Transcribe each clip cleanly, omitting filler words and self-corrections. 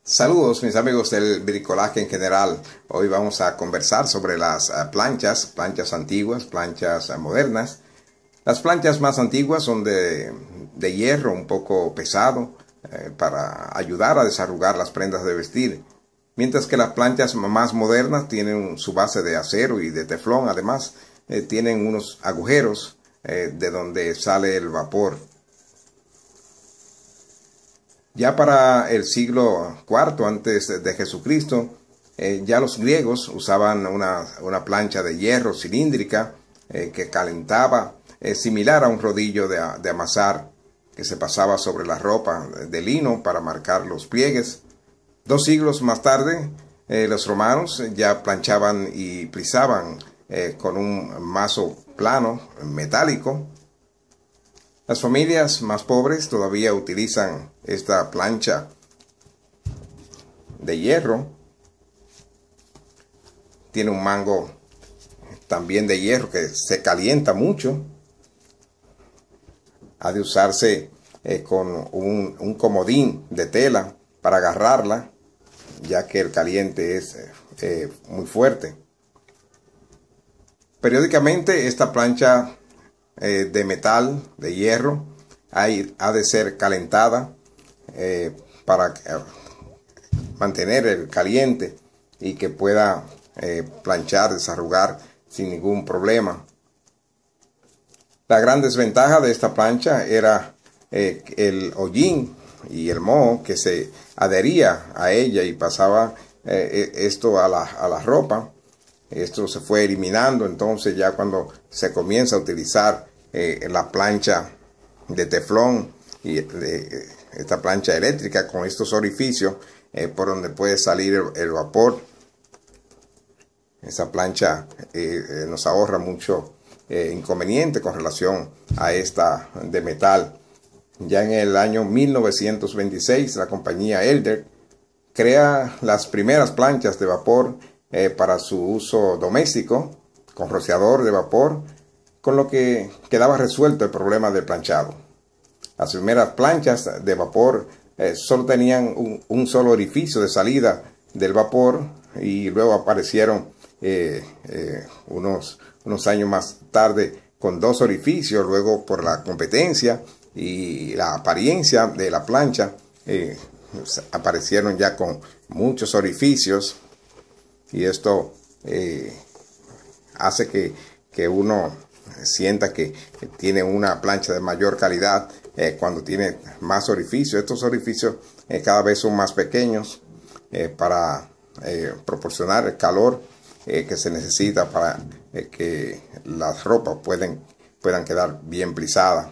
Saludos mis amigos del bricolaje en general. Hoy vamos a conversar sobre las planchas antiguas, planchas modernas. Las planchas más antiguas son de hierro un poco pesado para ayudar a desarrugar las prendas de vestir. Mientras que las planchas más modernas tienen su base de acero y de teflón. Además, tienen unos agujeros de donde sale el vapor. Ya para el siglo IV antes de Jesucristo, ya los griegos usaban una plancha de hierro cilíndrica que calentaba, similar a un rodillo de amasar que se pasaba sobre la ropa de lino para marcar los pliegues. 2 siglos más tarde, los romanos ya planchaban y plisaban con un mazo plano metálico. Las familias más pobres todavía utilizan esta plancha de hierro. Tiene un mango también de hierro que se calienta mucho. Ha de usarse con un comodín de tela para agarrarla, ya que el caliente es muy fuerte. Periódicamente esta plancha de metal, de hierro, ha de ser calentada para mantener el caliente y que pueda planchar, desarrugar sin ningún problema. La gran desventaja de esta plancha era el hollín y el moho que se adhería a ella y pasaba esto a la ropa. Esto se fue eliminando, entonces ya cuando se comienza a utilizar la plancha de teflón y esta plancha eléctrica con estos orificios por donde puede salir el vapor. Esa plancha nos ahorra mucho inconveniente con relación a esta de metal. Ya en el año 1926 la compañía Elder crea las primeras planchas de vapor para su uso doméstico, con rociador de vapor, con lo que quedaba resuelto el problema del planchado. Las primeras planchas de vapor solo tenían un solo orificio de salida del vapor y luego aparecieron unos años más tarde con 2 orificios. Luego, por la competencia y la apariencia de la plancha, aparecieron ya con muchos orificios. Y esto hace que uno sienta que tiene una plancha de mayor calidad cuando tiene más orificios. Estos orificios cada vez son más pequeños para proporcionar el calor que se necesita para que las ropas puedan quedar bien plisadas.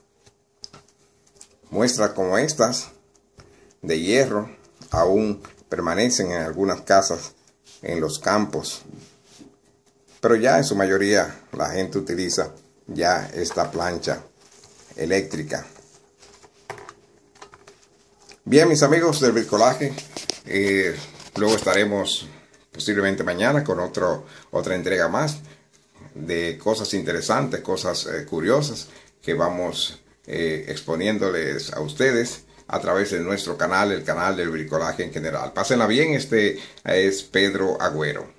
Muestras como estas de hierro aún permanecen en algunas casas en los campos, pero ya en su mayoría la gente utiliza ya esta plancha eléctrica. Bien, mis amigos del bricolaje, luego estaremos posiblemente mañana con otra entrega más de cosas interesantes, cosas curiosas que vamos exponiéndoles a ustedes a través de nuestro canal, el canal del bricolaje en general. Pásenla bien, este es Pedro Agüero.